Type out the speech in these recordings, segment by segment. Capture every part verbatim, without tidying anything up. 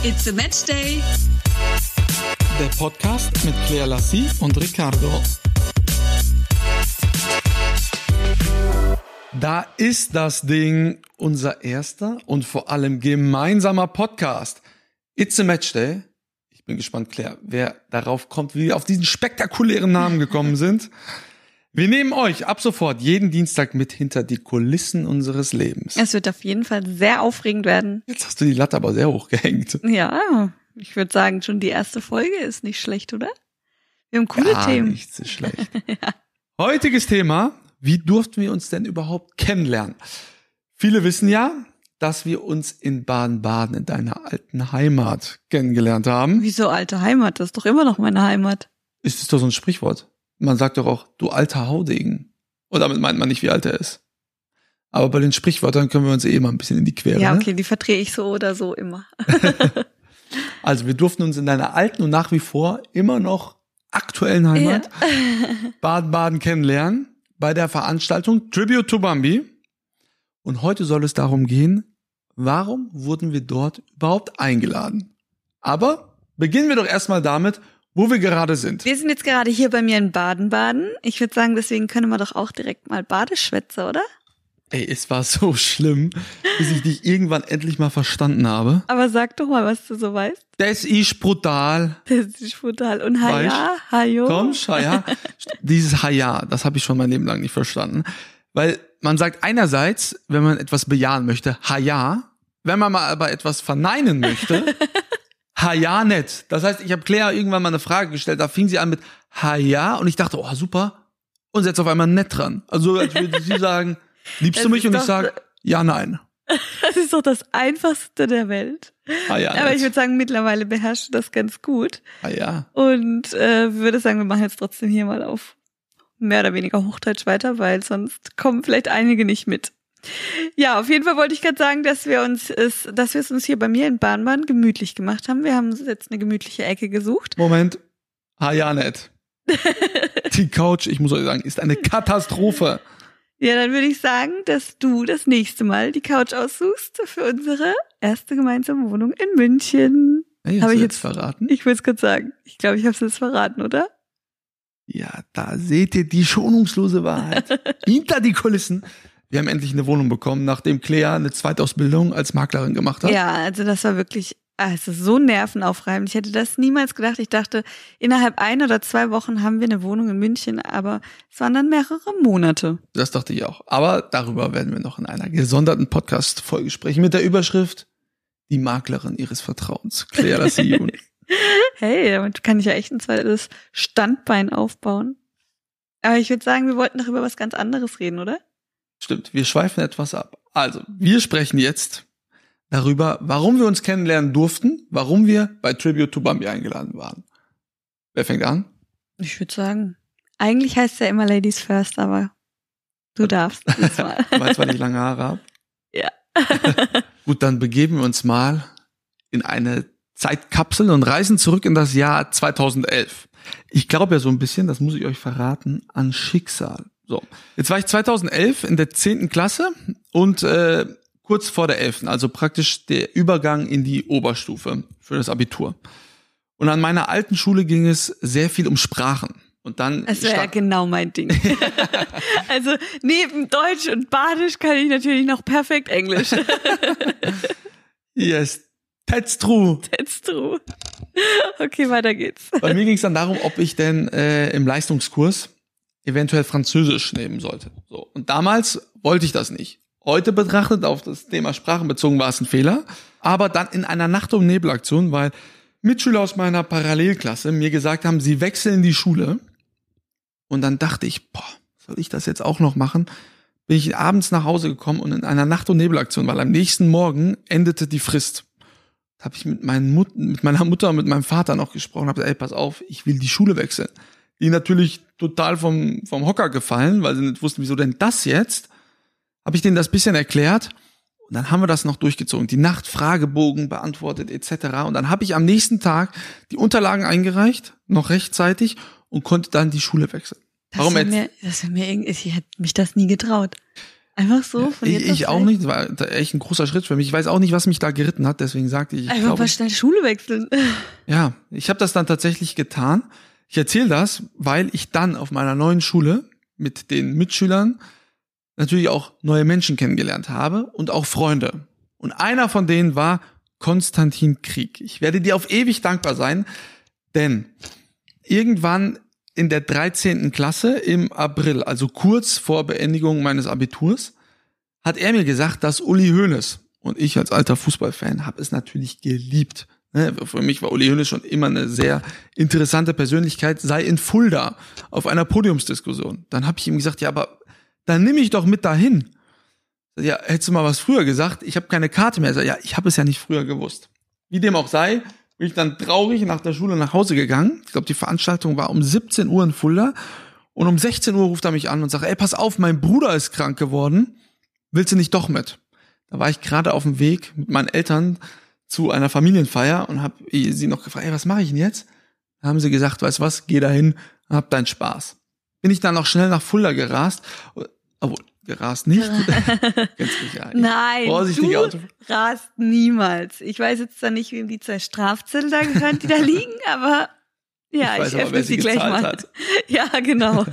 It's a Match Day. Der Podcast mit Claire Lassie und Ricardo. Da ist das Ding, unser erster und vor allem gemeinsamer Podcast. It's a Match Day. Ich bin gespannt, Claire, wer darauf kommt, wie wir auf diesen spektakulären Namen gekommen sind. Wir nehmen euch ab sofort jeden Dienstag mit hinter die Kulissen unseres Lebens. Es wird auf jeden Fall sehr aufregend werden. Jetzt hast du die Latte aber sehr hoch gehängt. Ja, ich würde sagen, schon die erste Folge ist nicht schlecht, oder? Wir haben coole Gar Themen. Nicht so schlecht. Ja. Heutiges Thema: Wie durften wir uns denn überhaupt kennenlernen? Viele wissen ja, dass wir uns in Baden-Baden, in deiner alten Heimat, kennengelernt haben. Wieso alte Heimat? Das ist doch immer noch meine Heimat. Ist das doch so ein Sprichwort? Man sagt doch auch, du alter Haudegen. Und damit meint man nicht, wie alt er ist. Aber bei den Sprichwörtern können wir uns eh mal ein bisschen in die Quere. Ja, okay, ne? die verdrehe ich so oder so immer. Also wir durften uns in deiner alten und nach wie vor immer noch aktuellen Heimat Ja. Baden-Baden kennenlernen bei der Veranstaltung Tribute to Bambi. Und heute soll es darum gehen, warum wurden wir dort überhaupt eingeladen? Aber beginnen wir doch erstmal damit, wo wir gerade sind. Wir sind jetzt gerade hier bei mir in Baden-Baden. Ich würde sagen, deswegen können wir doch auch direkt mal Badeschwätze, oder? Ey, es war so schlimm, bis ich dich irgendwann endlich mal verstanden habe. Aber sag doch mal, was du so weißt. Das ist brutal. Das ist brutal. Und Haja, Hajo. Komm, Haja. Dieses Haja, das habe ich schon mein Leben lang nicht verstanden. Weil man sagt einerseits, wenn man etwas bejahen möchte, Haja. Wenn man mal aber etwas verneinen möchte, Haja net. Das heißt, ich habe Claire irgendwann mal eine Frage gestellt, da fing sie an mit Haja und ich dachte, oh super. Und sie hat auf einmal nett dran. Also als würde sie sagen, liebst Das du mich? ist Und ich doch- sage, ja, nein. Das ist doch das Einfachste der Welt. Haja Aber ich net. würde sagen, mittlerweile beherrscht du das ganz gut. Haja. Und äh, würde sagen, wir machen jetzt trotzdem hier mal auf mehr oder weniger Hochdeutsch weiter, weil sonst kommen vielleicht einige nicht mit. Ja, auf jeden Fall wollte ich gerade sagen, dass wir uns es, dass wir es uns hier bei mir in Baden-Baden gemütlich gemacht haben. Wir haben uns jetzt eine gemütliche Ecke gesucht. Moment. Haja net. Die Couch, ich muss euch sagen, ist eine Katastrophe. Ja, dann würde ich sagen, dass du das nächste Mal die Couch aussuchst für unsere erste gemeinsame Wohnung in München. Hey, hast Hab du ich jetzt jetzt- verraten? Ich will es gerade sagen. Ich glaube, ich habe es jetzt verraten, oder? Ja, da seht ihr die schonungslose Wahrheit. Hinter die Kulissen. Wir haben endlich eine Wohnung bekommen, nachdem Claire eine Zweitausbildung als Maklerin gemacht hat. Ja, also das war wirklich, also so nervenaufreibend. Ich hätte das niemals gedacht. Ich dachte, innerhalb ein oder zwei Wochen haben wir eine Wohnung in München, aber es waren dann mehrere Monate. Das dachte ich auch. Aber darüber werden wir noch in einer gesonderten Podcast-Folge sprechen mit der Überschrift Die Maklerin ihres Vertrauens. Claire Lassie. Hey, damit kann ich ja echt ein zweites Standbein aufbauen. Aber ich würde sagen, wir wollten doch über was ganz anderes reden, oder? Stimmt, wir schweifen etwas ab. Also, wir sprechen jetzt darüber, warum wir uns kennenlernen durften, warum wir bei Tribute to Bambi eingeladen waren. Wer fängt an? Ich würde sagen, eigentlich heißt es ja immer Ladies First, aber du darfst diesmal. Weil zwar nicht lange Haare habe. Ja. Gut, dann begeben wir uns mal in eine Zeitkapsel und reisen zurück in das Jahr zweitausendelf. Ich glaube ja so ein bisschen, das muss ich euch verraten, an Schicksal. So, jetzt war ich zweitausendelf in der zehnten Klasse und äh, kurz vor der elften, also praktisch der Übergang in die Oberstufe für das Abitur. Und an meiner alten Schule ging es sehr viel um Sprachen. Und dann Das wäre ja stand- genau mein Ding. Also neben Deutsch und Badisch kann ich natürlich noch perfekt Englisch. Yes, that's true. That's true. Okay, weiter geht's. Bei mir ging es dann darum, ob ich denn äh, im Leistungskurs eventuell Französisch nehmen sollte. So, und damals wollte ich das nicht. Heute betrachtet, auf das Thema Sprachen bezogen, war es ein Fehler. Aber dann in einer Nacht- und Nebelaktion, weil Mitschüler aus meiner Parallelklasse mir gesagt haben, sie wechseln die Schule. Und dann dachte ich, boah, soll ich das jetzt auch noch machen? Bin ich abends nach Hause gekommen und in einer Nacht- und Nebelaktion, weil am nächsten Morgen endete die Frist. Da habe ich mit, meinen Mut- mit meiner Mutter und mit meinem Vater noch gesprochen, habe gesagt, ey, pass auf, ich will die Schule wechseln. Die natürlich total vom, vom Hocker gefallen, weil sie nicht wussten, wieso denn das jetzt? Habe ich denen das bisschen erklärt und dann haben wir das noch durchgezogen. Die Nacht Fragebogen beantwortet et cetera. Und dann habe ich am nächsten Tag die Unterlagen eingereicht, noch rechtzeitig und konnte dann die Schule wechseln. Das Warum wär jetzt? mir, das wär mir irgendwie, ich hätte mich das nie getraut. Einfach so? Von ich jetzt auf ich auch gleich? nicht, das war echt ein großer Schritt für mich. Ich weiß auch nicht, was mich da geritten hat, deswegen sagte ich, ich Einfach glaube, mal schnell Schule wechseln. ja, ich habe das dann tatsächlich getan. Ich erzähle das, weil ich dann auf meiner neuen Schule mit den Mitschülern natürlich auch neue Menschen kennengelernt habe und auch Freunde. Und einer von denen war Konstantin Krieg. Ich werde dir auf ewig dankbar sein, denn irgendwann in der dreizehnten Klasse im April, also kurz vor Beendigung meines Abiturs, hat er mir gesagt, dass Uli Hoeneß, und ich als alter Fußballfan habe es natürlich geliebt, ne? Für mich war Uli Hoeneß schon immer eine sehr interessante Persönlichkeit, sei in Fulda auf einer Podiumsdiskussion. Dann habe ich ihm gesagt, ja, aber dann nimm ich doch mit dahin. Ja, hättest du mal was früher gesagt, ich habe keine Karte mehr. Sag, ja, ich habe es ja nicht früher gewusst. Wie dem auch sei, bin ich dann traurig nach der Schule nach Hause gegangen. Ich glaube, die Veranstaltung war um siebzehn Uhr in Fulda. Und um sechzehn Uhr ruft er mich an und sagt, ey, pass auf, mein Bruder ist krank geworden. Willst du nicht doch mit? Da war ich gerade auf dem Weg mit meinen Eltern zu einer Familienfeier und habe sie noch gefragt, ey, was mache ich denn jetzt? Da haben sie gesagt, weißt was, geh dahin, hab deinen Spaß. Bin ich dann noch schnell nach Fulda gerast. Obwohl, gerast nicht. Kennst mich ja. Nein, Vorsichtige du Auto. rast niemals. Ich weiß jetzt zwar nicht, wem die zwei Strafzettel da gehören, die da liegen, aber ja, ich, weiß ich aber, öffne wer sie sie gleich gezahlt mal. hat. Ja, genau.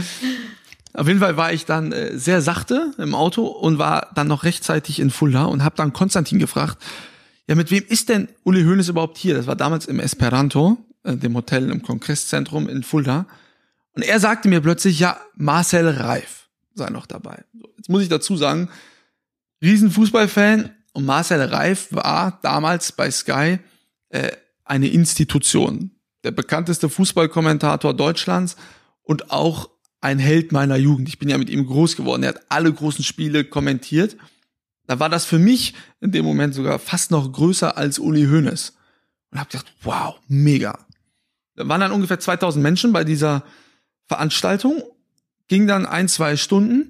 Auf jeden Fall war ich dann äh, sehr sachte im Auto und war dann noch rechtzeitig in Fulda und habe dann Konstantin gefragt, ja, mit wem ist denn Uli Hoeneß überhaupt hier? Das war damals im Esperanto, äh, dem Hotel im Kongresszentrum in Fulda. Und er sagte mir plötzlich, ja, Marcel Reif sei noch dabei. So, jetzt muss ich dazu sagen, Riesenfußballfan, und Marcel Reif war damals bei Sky äh, eine Institution. Der bekannteste Fußballkommentator Deutschlands und auch ein Held meiner Jugend. Ich bin ja mit ihm groß geworden. Er hat alle großen Spiele kommentiert. Da war das für mich in dem Moment sogar fast noch größer als Uli Hoeneß. Und habe gedacht, wow, mega. Da waren dann ungefähr zweitausend Menschen bei dieser Veranstaltung, ging dann ein, zwei Stunden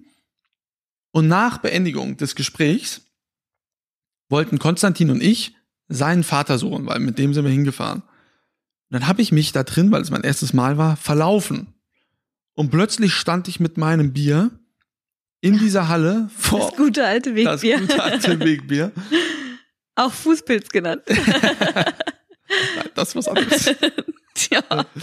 und nach Beendigung des Gesprächs wollten Konstantin und ich seinen Vater suchen, weil mit dem sind wir hingefahren. Und dann habe ich mich da drin, weil es mein erstes Mal war, verlaufen. Und plötzlich stand ich mit meinem Bier in dieser Halle vor Das gute alte Wegbier. Das gute alte Wegbier. Auch Fußpilz genannt. Nein, das ist was anderes. Tja.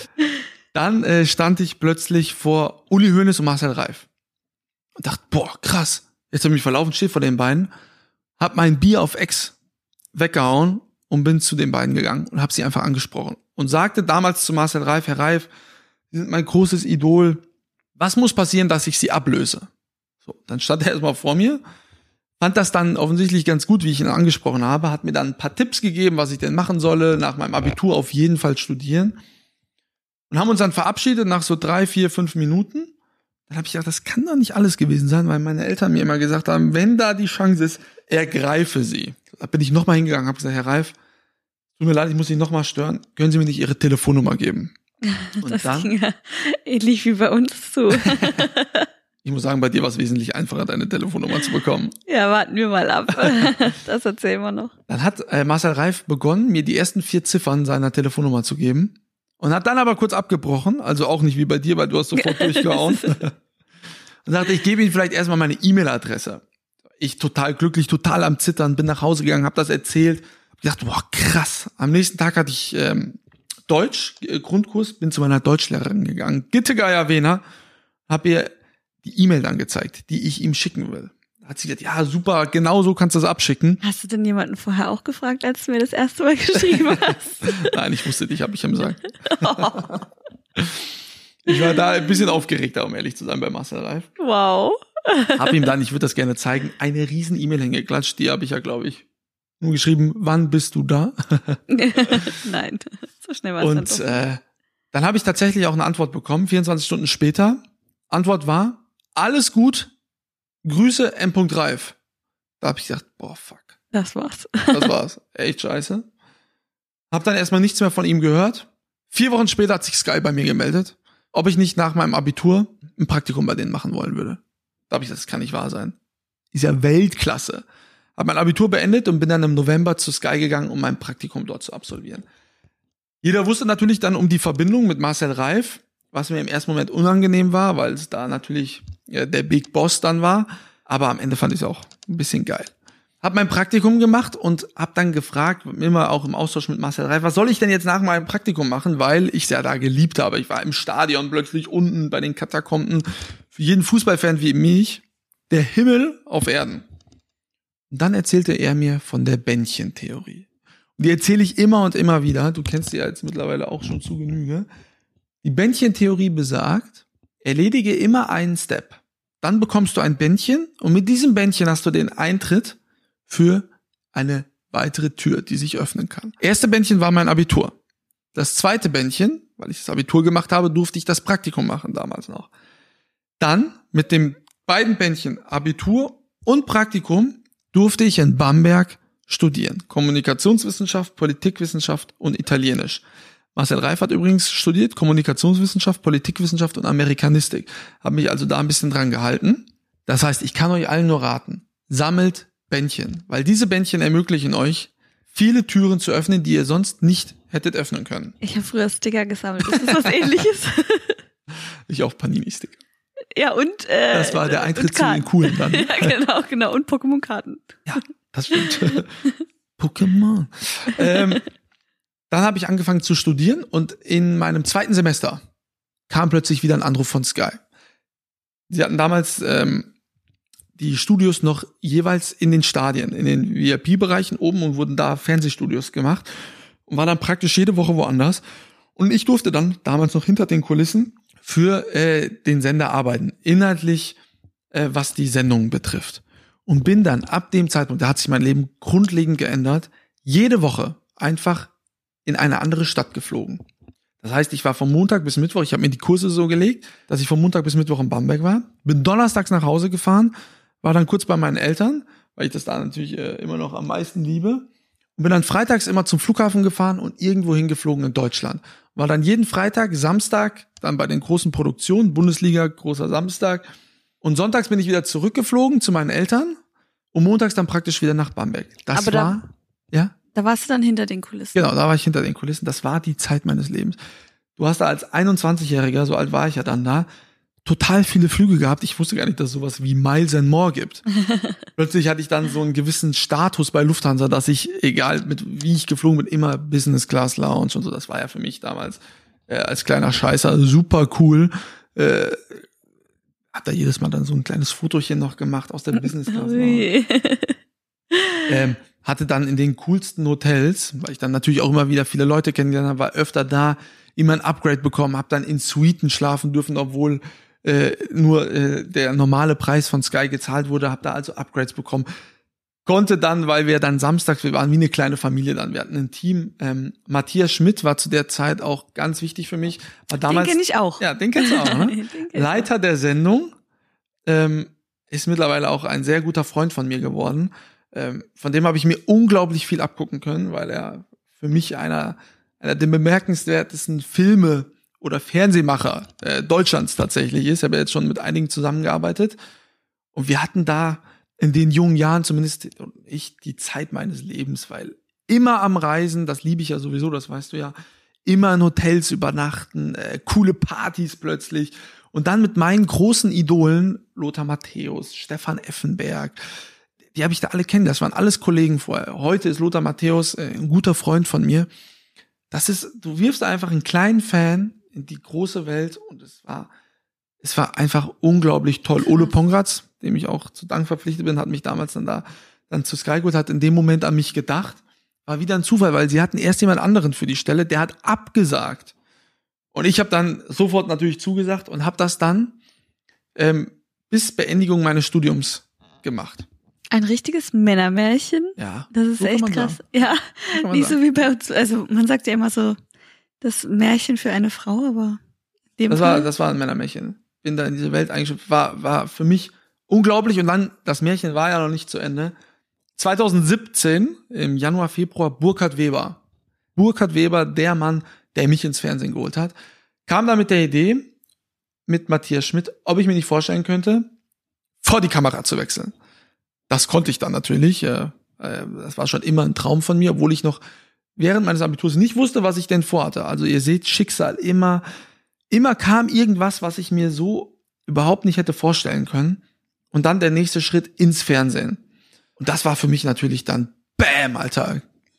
Dann äh, stand ich plötzlich vor Uli Hoeneß und Marcel Reif und dachte, boah, krass. Jetzt habe ich mich verlaufen, stehe vor den beiden, hab mein Bier auf Ex weggehauen und bin zu den beiden gegangen und habe sie einfach angesprochen und sagte damals zu Marcel Reif, Herr Reif, Sie sind mein großes Idol. Was muss passieren, dass ich sie ablöse? So, dann stand er erstmal vor mir, fand das dann offensichtlich ganz gut, wie ich ihn angesprochen habe, hat mir dann ein paar Tipps gegeben, was ich denn machen solle, nach meinem Abitur auf jeden Fall studieren. Und haben uns dann verabschiedet nach so drei, vier, fünf Minuten. Dann habe ich gedacht, das kann doch nicht alles gewesen sein, weil meine Eltern mir immer gesagt haben, wenn da die Chance ist, ergreife sie. Da bin ich nochmal hingegangen, habe gesagt, Herr Reif, tut mir leid, ich muss Sie nochmal stören, können Sie mir nicht Ihre Telefonnummer geben? Und das dann, ging ja ähnlich wie bei uns zu. ich muss sagen, bei dir war es wesentlich einfacher, deine Telefonnummer zu bekommen. Ja, warten wir mal ab. Das erzählen wir noch. Dann hat äh, Marcel Reif begonnen, mir die ersten vier Ziffern seiner Telefonnummer zu geben und hat dann aber kurz abgebrochen, also auch nicht wie bei dir, weil du hast sofort durchgehauen. Und sagte, ich gebe Ihnen vielleicht erstmal meine E-Mail-Adresse. Ich total glücklich, total am Zittern, bin nach Hause gegangen, habe das erzählt. Hab gedacht, boah, krass. Am nächsten Tag hatte ich ähm, Deutsch, äh, Grundkurs, bin zu meiner Deutschlehrerin gegangen. Gitte Geier Wehner, hab ihr die E-Mail dann gezeigt, die ich ihm schicken will. Da hat sie gesagt, ja, super, genau so kannst du das abschicken. Hast du denn jemanden vorher auch gefragt, als du mir das erste Mal geschrieben hast? Nein, ich wusste dich, habe ich ihm gesagt. Oh. Ich war da ein bisschen aufgeregter, um ehrlich zu sein, bei Marcel Reif. Wow. Hab ihm dann, ich würde das gerne zeigen, eine riesen E-Mail hingeklatscht. Die habe ich ja, glaube ich, nur geschrieben, wann bist du da? Nein, so schnell war es Und dann äh, dann habe ich tatsächlich auch eine Antwort bekommen, vierundzwanzig Stunden später. Antwort war, alles gut, Grüße M. Reif. Da habe ich gedacht, boah, fuck. Das war's. Das war's. Echt scheiße. Hab dann erstmal nichts mehr von ihm gehört. Vier Wochen später hat sich Sky bei mir gemeldet, ob ich nicht nach meinem Abitur ein Praktikum bei denen machen wollen würde. Da habe ich gesagt, das kann nicht wahr sein. Ist ja Weltklasse. Hab mein Abitur beendet und bin dann im November zu Sky gegangen, um mein Praktikum dort zu absolvieren. Jeder wusste natürlich dann um die Verbindung mit Marcel Reif, was mir im ersten Moment unangenehm war, weil es da natürlich ja, der Big Boss dann war. Aber am Ende fand ich es auch ein bisschen geil. Hab mein Praktikum gemacht und hab dann gefragt, immer auch im Austausch mit Marcel Reif, was soll ich denn jetzt nach meinem Praktikum machen, weil ich es ja da geliebt habe. Ich war im Stadion plötzlich unten bei den Katakomben. Für jeden Fußballfan wie mich, der Himmel auf Erden. Und dann erzählte er mir von der Bändchentheorie. Und die erzähle ich immer und immer wieder. Du kennst die ja jetzt mittlerweile auch schon zu Genüge. Die Bändchentheorie besagt, erledige immer einen Step. Dann bekommst du ein Bändchen und mit diesem Bändchen hast du den Eintritt für eine weitere Tür, die sich öffnen kann. Erste Bändchen war mein Abitur. Das zweite Bändchen, weil ich das Abitur gemacht habe, durfte ich das Praktikum machen damals noch. Dann mit den beiden Bändchen Abitur und Praktikum durfte ich in Bamberg studieren. Kommunikationswissenschaft, Politikwissenschaft und Italienisch. Marcel Reif hat übrigens studiert Kommunikationswissenschaft, Politikwissenschaft und Amerikanistik. Habe mich also da ein bisschen dran gehalten. Das heißt, ich kann euch allen nur raten, sammelt Bändchen, weil diese Bändchen ermöglichen euch, viele Türen zu öffnen, die ihr sonst nicht hättet öffnen können. Ich habe früher Sticker gesammelt. Das ist was Ähnliches. Ich auch Panini-Sticker. Ja, und äh, das war der Eintritt zu den coolen dann. Ja, genau, genau. Und Pokémon-Karten. Ja, das stimmt. Pokémon. Ähm, dann habe ich angefangen zu studieren und in meinem zweiten Semester kam plötzlich wieder ein Anruf von Sky. Sie hatten damals ähm, die Studios noch jeweils in den Stadien, in den V I P-Bereichen oben und wurden da Fernsehstudios gemacht und war dann praktisch jede Woche woanders. Und ich durfte dann damals noch hinter den Kulissen für äh, den Sender arbeiten, inhaltlich, äh, was die Sendungen betrifft. Und bin dann ab dem Zeitpunkt, da hat sich mein Leben grundlegend geändert, jede Woche einfach in eine andere Stadt geflogen. Das heißt, ich war von Montag bis Mittwoch, ich habe mir die Kurse so gelegt, dass ich von Montag bis Mittwoch in Bamberg war, bin donnerstags nach Hause gefahren, war dann kurz bei meinen Eltern, weil ich das da natürlich äh, immer noch am meisten liebe, und bin dann freitags immer zum Flughafen gefahren und irgendwo hingeflogen in Deutschland. War dann jeden Freitag, Samstag, dann bei den großen Produktionen, Bundesliga, großer Samstag, und sonntags bin ich wieder zurückgeflogen zu meinen Eltern und montags dann praktisch wieder nach Bamberg. Das Aber da, war, ja? Da warst du dann hinter den Kulissen. Genau, da war ich hinter den Kulissen. Das war die Zeit meines Lebens. Du hast da als einundzwanzigjähriger, so alt war ich ja dann da, total viele Flüge gehabt. Ich wusste gar nicht, dass es sowas wie Miles and More gibt. Plötzlich hatte ich dann so einen gewissen Status bei Lufthansa, dass ich, egal mit wie ich geflogen bin, immer Business Class Lounge und so. Das war ja für mich damals äh, als kleiner Scheißer super cool. Äh, hab da jedes Mal dann so ein kleines Fotochen noch gemacht aus der Business Class Lounge. ähm, hatte dann in den coolsten Hotels, weil ich dann natürlich auch immer wieder viele Leute kennengelernt habe, war öfter da, immer ein Upgrade bekommen, habe dann in Suiten schlafen dürfen, obwohl äh, nur äh, der normale Preis von Sky gezahlt wurde, habe da also Upgrades bekommen. Konnte dann, weil wir dann samstags, wir waren wie eine kleine Familie dann, wir hatten ein Team, ähm, Matthias Schmidt war zu der Zeit auch ganz wichtig für mich. War damals, den kenn ich auch. Ja, den kennst du auch, ne? Leiter der Sendung, ähm, ist mittlerweile auch ein sehr guter Freund von mir geworden. Ähm, von dem habe ich mir unglaublich viel abgucken können, weil er für mich einer, einer der bemerkenswertesten Filme oder Fernsehmacher äh, Deutschlands tatsächlich ist. Ich habe ja jetzt schon mit einigen zusammengearbeitet. Und wir hatten da in den jungen Jahren zumindest ich die Zeit meines Lebens, weil immer am Reisen, das liebe ich ja sowieso, das weißt du ja, immer in Hotels übernachten, äh, coole Partys plötzlich. Und dann mit meinen großen Idolen, Lothar Matthäus, Stefan Effenberg, die habe ich da alle kennen, das waren alles Kollegen vorher. Heute ist Lothar Matthäus äh, ein guter Freund von mir. Das ist, du wirfst einfach einen kleinen Fan in die große Welt und es war, es war einfach unglaublich toll. Ole Pongratz, dem ich auch zu Dank verpflichtet bin, hat mich damals dann da, dann zu Sky geholt, hat in dem Moment an mich gedacht. War wieder ein Zufall, weil sie hatten erst jemand anderen für die Stelle, der hat abgesagt. Und ich habe dann sofort natürlich zugesagt und habe das dann ähm, bis Beendigung meines Studiums gemacht. Ein richtiges Männermärchen. Ja. Das ist so echt krass. Sagen. Ja, nicht sagen. So wie bei uns. Also man sagt ja immer so, das Märchen für eine Frau, aber dem das Fall. war das war ein Männermärchen. Bin da in diese Welt eingeschrieben. War war für mich unglaublich und dann das Märchen war ja noch nicht zu Ende. zwanzig siebzehn im Januar Februar Burkhard Weber. Burkhard Weber, der Mann, der mich ins Fernsehen geholt hat, kam da mit der Idee mit Matthias Schmidt, ob ich mir nicht vorstellen könnte, vor die Kamera zu wechseln. Das konnte ich dann natürlich. Das war schon immer ein Traum von mir, obwohl ich noch während meines Abiturs nicht wusste, was ich denn vorhatte. Also ihr seht, Schicksal, immer, immer kam irgendwas, was ich mir so überhaupt nicht hätte vorstellen können. und dann der nächste Schritt ins Fernsehen. Und das war für mich natürlich dann Bam, Alter.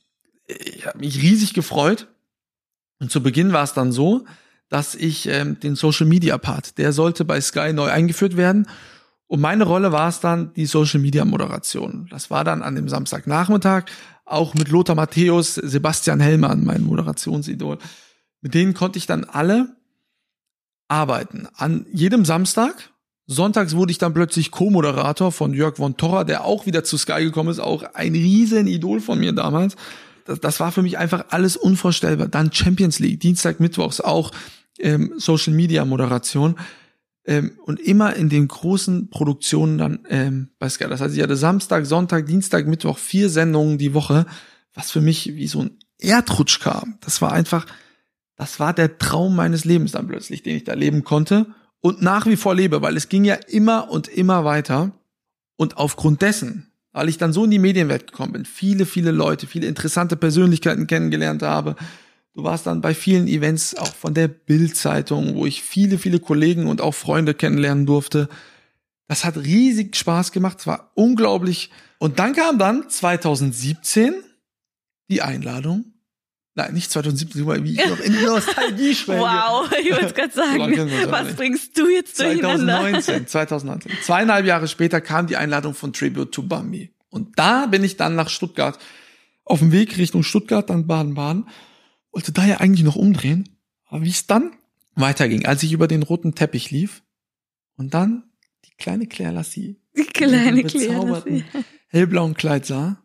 Ich habe mich riesig gefreut. Und zu Beginn war es dann so, dass ich ähm, den Social Media Part, der sollte bei Sky neu eingeführt werden. Und meine Rolle war es dann die Social Media Moderation. Das war dann an dem Samstagnachmittag, auch mit Lothar Matthäus, Sebastian Hellmann, mein Moderationsidol. Mit denen konnte ich dann alle arbeiten. An jedem Samstag. Sonntags wurde ich dann plötzlich Co-Moderator von Jörg von Torra, der auch wieder zu Sky gekommen ist, auch ein riesen Idol von mir damals. Das, das war für mich einfach alles unvorstellbar. Dann Champions League, Dienstag, Mittwochs auch ähm, Social Media Moderation ähm, und immer in den großen Produktionen dann ähm, bei Sky. Das heißt, ich hatte Samstag, Sonntag, Dienstag, Mittwoch vier Sendungen die Woche, was für mich wie so ein Erdrutsch kam. Das war einfach, das war der Traum meines Lebens dann plötzlich, den ich da leben konnte und nach wie vor lebe, weil es ging ja immer und immer weiter. Und aufgrund dessen, weil ich dann so in die Medienwelt gekommen bin, viele, viele Leute, viele interessante Persönlichkeiten kennengelernt habe. Du warst dann bei vielen Events auch von der Bild-Zeitung, wo ich viele, viele Kollegen und auch Freunde kennenlernen durfte. Das hat riesig Spaß gemacht, es war unglaublich. Und dann kam dann zwanzig siebzehn die Einladung. Nein, nicht zwanzig siebzehn, wie ich noch in die Nostalgie schwelge. Wow, ich wollte es gerade sagen, so was nicht. Bringst du jetzt durcheinander? zwanzig neunzehn, zwanzig neunzehn. Zweieinhalb Jahre später kam die Einladung von Tribute to Bambi. Und da bin ich dann nach Stuttgart, auf dem Weg Richtung Stuttgart, dann Baden-Baden, wollte da ja eigentlich noch umdrehen. Aber wie es dann weiterging, als ich über den roten Teppich lief und dann die kleine Claire Lassie, die kleine Claire Lassie, hellblauen Kleid sah,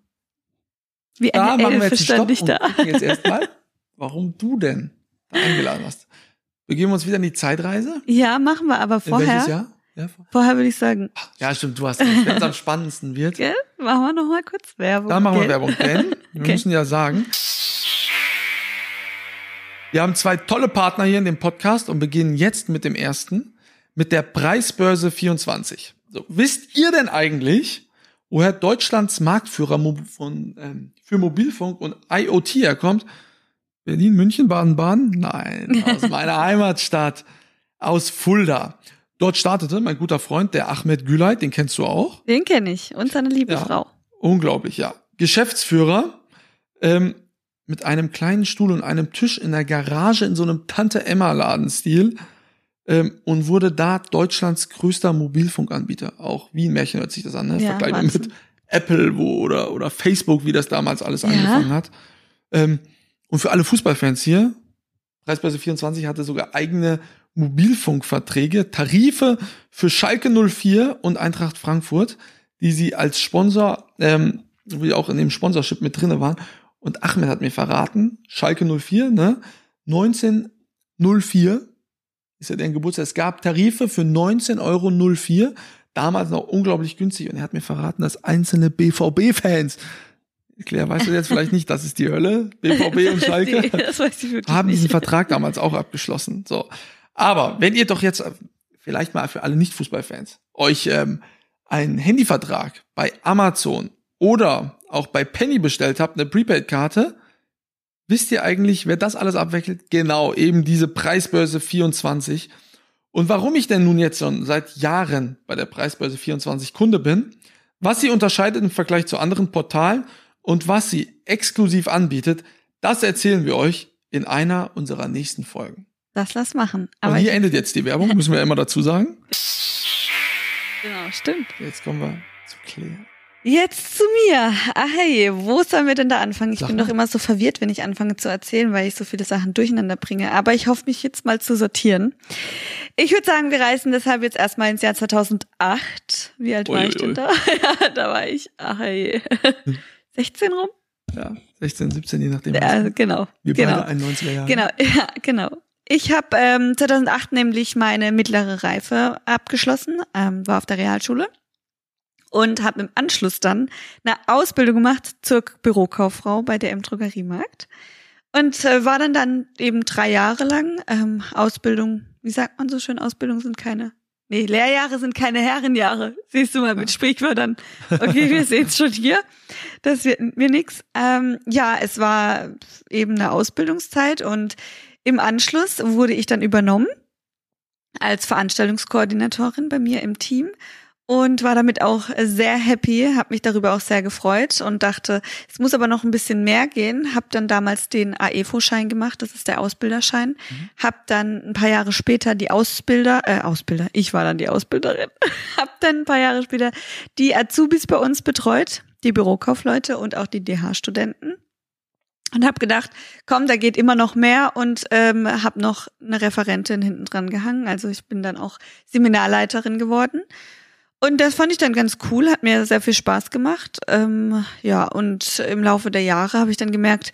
wie da eine machen wir Elfe jetzt stand Stopp ich da. und gucken jetzt erstmal, warum du denn da eingeladen hast. Begeben wir uns wieder in die Zeitreise? Ja, machen wir, aber In welches vorher, Jahr? Ja, vor- vorher würde ich sagen, ja, stimmt, du hast recht. Wenn es am spannendsten wird, gell? Machen wir noch mal kurz Werbung. dann machen wir gell? Werbung. Denn wir Okay. müssen ja sagen, wir haben zwei tolle Partner hier in dem Podcast und beginnen jetzt mit dem ersten, mit der Preisbörse vierundzwanzig. So, wisst ihr denn eigentlich, woher Deutschlands Marktführer mo- von, ähm, für Mobilfunk und I O T herkommt? Berlin, München, Baden-Baden? Nein, aus meiner Heimatstadt, aus Fulda. Dort startete mein guter Freund, der Ahmed Gülay, den kennst du auch. Den kenne ich und seine liebe Ja. Frau. Unglaublich, ja. Geschäftsführer ähm, mit einem kleinen Stuhl und einem Tisch in der Garage in so einem Tante-Emma-Ladenstil ähm, und wurde da Deutschlands größter Mobilfunkanbieter. Auch wie ein Märchen hört sich das an, ne? Ja, Vergleichbar Wahnsinn. mit Apple wo oder oder Facebook, wie das damals alles Ja. angefangen hat. Ähm, und für alle Fußballfans hier, Preisbörse vierundzwanzig hatte sogar eigene Mobilfunkverträge, Tarife für Schalke null vier und Eintracht Frankfurt, die sie als Sponsor, ähm, wie auch in dem Sponsorship mit drinne waren. Und Ahmed hat mir verraten, Schalke null vier, ne, neunzehn null vier ist ja deren Geburtstag. Es gab Tarife für neunzehn Euro null vier, damals noch unglaublich günstig. Und er hat mir verraten, dass einzelne B V B-Fans, Claire, weißt du jetzt vielleicht nicht, das ist die Hölle, B V B und Schalke, Nee, das weiß ich wirklich haben nicht. diesen Vertrag damals auch abgeschlossen. So, aber wenn ihr doch jetzt, vielleicht mal für alle Nicht-Fußballfans, euch ähm, einen Handyvertrag bei Amazon oder auch bei Penny bestellt habt, eine Prepaid-Karte, wisst ihr eigentlich, wer das alles abwickelt? Genau, eben diese Preisbörse vierundzwanzig. Und warum ich denn nun jetzt schon seit Jahren bei der Preisbörse vierundzwanzig Kunde bin, was sie unterscheidet im Vergleich zu anderen Portalen und was sie exklusiv anbietet, das erzählen wir euch in einer unserer nächsten Folgen. Das lass machen. Aber Und hier ich, endet jetzt die Werbung, müssen wir ja immer dazu sagen. genau, stimmt. Jetzt kommen wir zu Claire. Jetzt zu mir. Ah hey, wo sollen wir denn da anfangen? Ich Sag bin mal. doch immer so verwirrt, wenn ich anfange zu erzählen, weil ich so viele Sachen durcheinander bringe. Aber ich hoffe, mich jetzt mal zu sortieren. Ich würde sagen, wir reisen deshalb jetzt erstmal ins Jahr zweitausendacht. Wie alt war Ui, ich denn ui. da? Ja, da war ich, ach hey, sechzehn rum? Ja, sechzehn, siebzehn, je nachdem. Ja, genau. wir genau. beide einundneunziger Jahre. Genau, ja, genau. Ich habe ähm, zweitausendacht nämlich meine mittlere Reife abgeschlossen, ähm, war auf der Realschule und habe im Anschluss dann eine Ausbildung gemacht zur Bürokauffrau bei der M Drogeriemarkt und äh, war dann dann eben drei Jahre lang ähm, Ausbildung. Wie sagt man so schön? Ausbildung sind keine. Nee, Lehrjahre sind keine Herrenjahre. Siehst du mal mit Sprichwörtern. Okay, wir sehen es schon hier. Das wird mir nix. Ähm, ja, es war eben eine Ausbildungszeit und im Anschluss wurde ich dann übernommen als Veranstaltungskoordinatorin bei mir im Team und war damit auch sehr happy, habe mich darüber auch sehr gefreut und dachte, es muss aber noch ein bisschen mehr gehen. Habe dann damals den A E F O-Schein gemacht, das ist der Ausbilderschein. Mhm. Habe dann ein paar Jahre später die Ausbilder, äh, Ausbilder, ich war dann die Ausbilderin, habe dann ein paar Jahre später die Azubis bei uns betreut, die Bürokaufleute und auch die D H-Studenten. Und habe gedacht, komm, da geht immer noch mehr und ähm, habe noch eine Referentin hinten dran gehangen. Also ich bin dann auch Seminarleiterin geworden. Und das fand ich dann ganz cool, hat mir sehr viel Spaß gemacht. Ähm, ja, und im Laufe der Jahre habe ich dann gemerkt,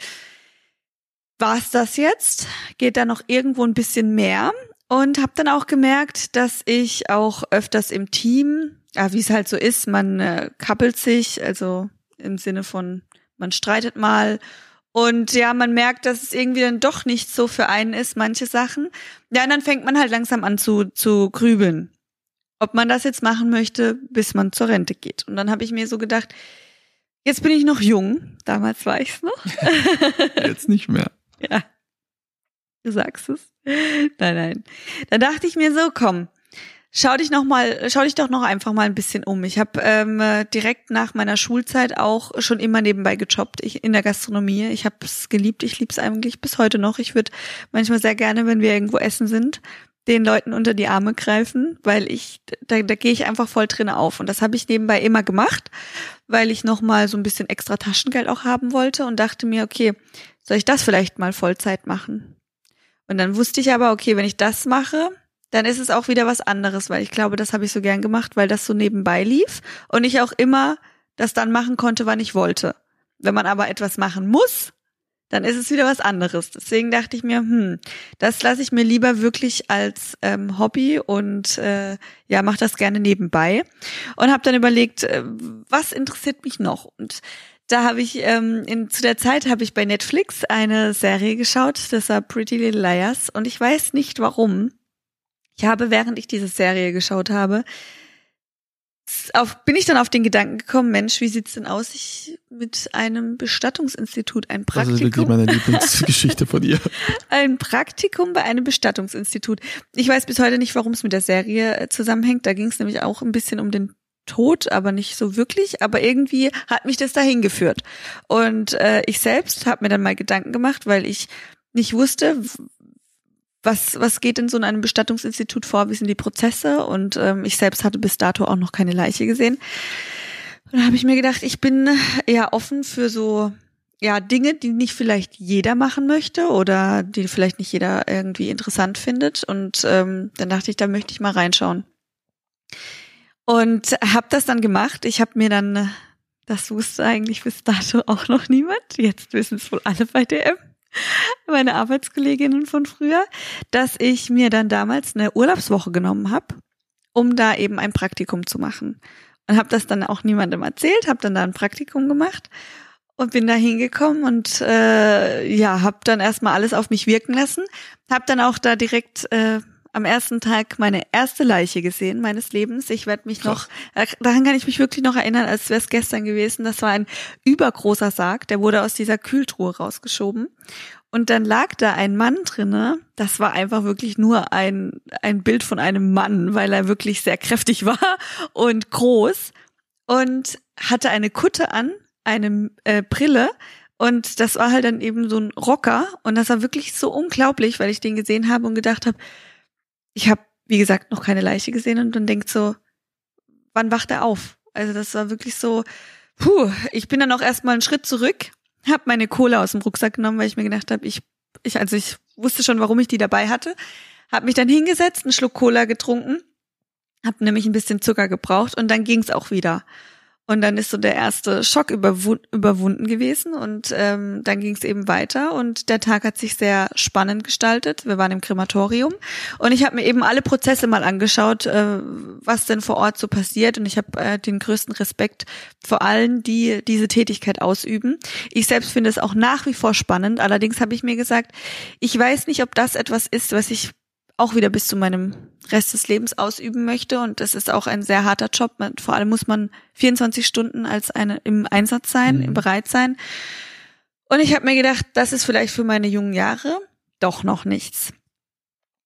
war es das jetzt? Geht da noch irgendwo ein bisschen mehr? Und habe dann auch gemerkt, dass ich auch öfters im Team, ja, wie es halt so ist, man äh, kappelt sich, also im Sinne von, man streitet mal. Und ja, man merkt, dass es irgendwie dann doch nicht so für einen ist, manche Sachen. Ja, und dann fängt man halt langsam an zu zu grübeln, ob man das jetzt machen möchte, bis man zur Rente geht. Und dann habe ich mir so gedacht, jetzt bin ich noch jung. Damals war ich's noch. Jetzt nicht mehr. Ja, du sagst es. Nein, nein. Dann dachte ich mir so, komm, schau dich noch mal, schau dich doch noch einfach mal ein bisschen um. Ich habe ähm, direkt nach meiner Schulzeit auch schon immer nebenbei gejobbt, ich in der Gastronomie. Ich habe es geliebt, ich liebe es eigentlich bis heute noch. Ich würde manchmal sehr gerne, wenn wir irgendwo essen sind, den Leuten unter die Arme greifen, weil ich, da, da gehe ich einfach voll drin auf. Und das habe ich nebenbei immer gemacht, weil ich noch mal so ein bisschen extra Taschengeld auch haben wollte und dachte mir, okay, soll ich das vielleicht mal Vollzeit machen? Und dann wusste ich aber, okay, wenn ich das mache, dann ist es auch wieder was anderes, weil ich glaube, das habe ich so gern gemacht, weil das so nebenbei lief und ich auch immer das dann machen konnte, wann ich wollte. Wenn man aber etwas machen muss, dann ist es wieder was anderes. Deswegen dachte ich mir, hm, das lasse ich mir lieber wirklich als ähm, Hobby und äh, ja, mache das gerne nebenbei. Und habe dann überlegt, äh, was interessiert mich noch? Und da habe ich, ähm, in, zu der Zeit habe ich bei Netflix eine Serie geschaut, das war Pretty Little Liars. Und ich weiß nicht warum. Ich habe, während ich diese Serie geschaut habe, auf, bin ich dann auf den Gedanken gekommen, Mensch, wie sieht's denn aus, ich mit einem Bestattungsinstitut ein Praktikum? Das ist wirklich meine Lieblingsgeschichte von ihr. Ein Praktikum bei einem Bestattungsinstitut. Ich weiß bis heute nicht, warum es mit der Serie zusammenhängt. Da ging es nämlich auch ein bisschen um den Tod, aber nicht so wirklich. Aber irgendwie hat mich das dahin geführt. Und äh, ich selbst habe mir dann mal Gedanken gemacht, weil ich nicht wusste, Was, was geht in so einem Bestattungsinstitut vor? Wie sind die Prozesse? Und ähm, ich selbst hatte bis dato auch noch keine Leiche gesehen. Und da habe ich mir gedacht, ich bin eher offen für so ja Dinge, die nicht vielleicht jeder machen möchte oder die vielleicht nicht jeder irgendwie interessant findet. Und ähm, dann dachte ich, da möchte ich mal reinschauen. Und habe das dann gemacht. Ich habe mir dann, das wusste eigentlich bis dato auch noch niemand. Jetzt wissen es wohl alle bei D M. Meine Arbeitskolleginnen von früher, dass ich mir dann damals eine Urlaubswoche genommen habe, um da eben ein Praktikum zu machen. Und habe das dann auch niemandem erzählt, habe dann da ein Praktikum gemacht und bin da hingekommen und äh, ja, habe dann erstmal alles auf mich wirken lassen. Habe dann auch da direkt äh, am ersten Tag meine erste Leiche gesehen meines Lebens. Ich werde mich Krass. noch, daran kann ich mich wirklich noch erinnern, als wäre es gestern gewesen. Das war ein übergroßer Sarg, der wurde aus dieser Kühltruhe rausgeschoben. Und dann lag da ein Mann drinne. Das war einfach wirklich nur ein ein Bild von einem Mann, weil er wirklich sehr kräftig war und groß und hatte eine Kutte an, eine äh, Brille. Und das war halt dann eben so ein Rocker. Und das war wirklich so unglaublich, weil ich den gesehen habe und gedacht habe, ich habe, wie gesagt, noch keine Leiche gesehen und dann denkt so, wann wacht er auf? Also das war wirklich so, puh, ich bin dann auch erstmal einen Schritt zurück, habe meine Cola aus dem Rucksack genommen, weil ich mir gedacht habe, ich, ich, also ich wusste schon, warum ich die dabei hatte, habe mich dann hingesetzt, einen Schluck Cola getrunken, habe nämlich ein bisschen Zucker gebraucht und dann ging's auch wieder. Und dann ist so der erste Schock überwu- überwunden gewesen und ähm, dann ging es eben weiter und der Tag hat sich sehr spannend gestaltet. Wir waren im Krematorium und ich habe mir eben alle Prozesse mal angeschaut, äh, was denn vor Ort so passiert und ich habe äh, den größten Respekt vor allen, die diese Tätigkeit ausüben. Ich selbst finde es auch nach wie vor spannend, allerdings habe ich mir gesagt, ich weiß nicht, ob das etwas ist, was ich auch wieder bis zu meinem Rest des Lebens ausüben möchte und das ist auch ein sehr harter Job. Vor allem muss man vierundzwanzig Stunden als eine im Einsatz sein, mhm. bereit sein. Und ich habe mir gedacht, das ist vielleicht für meine jungen Jahre doch noch nichts.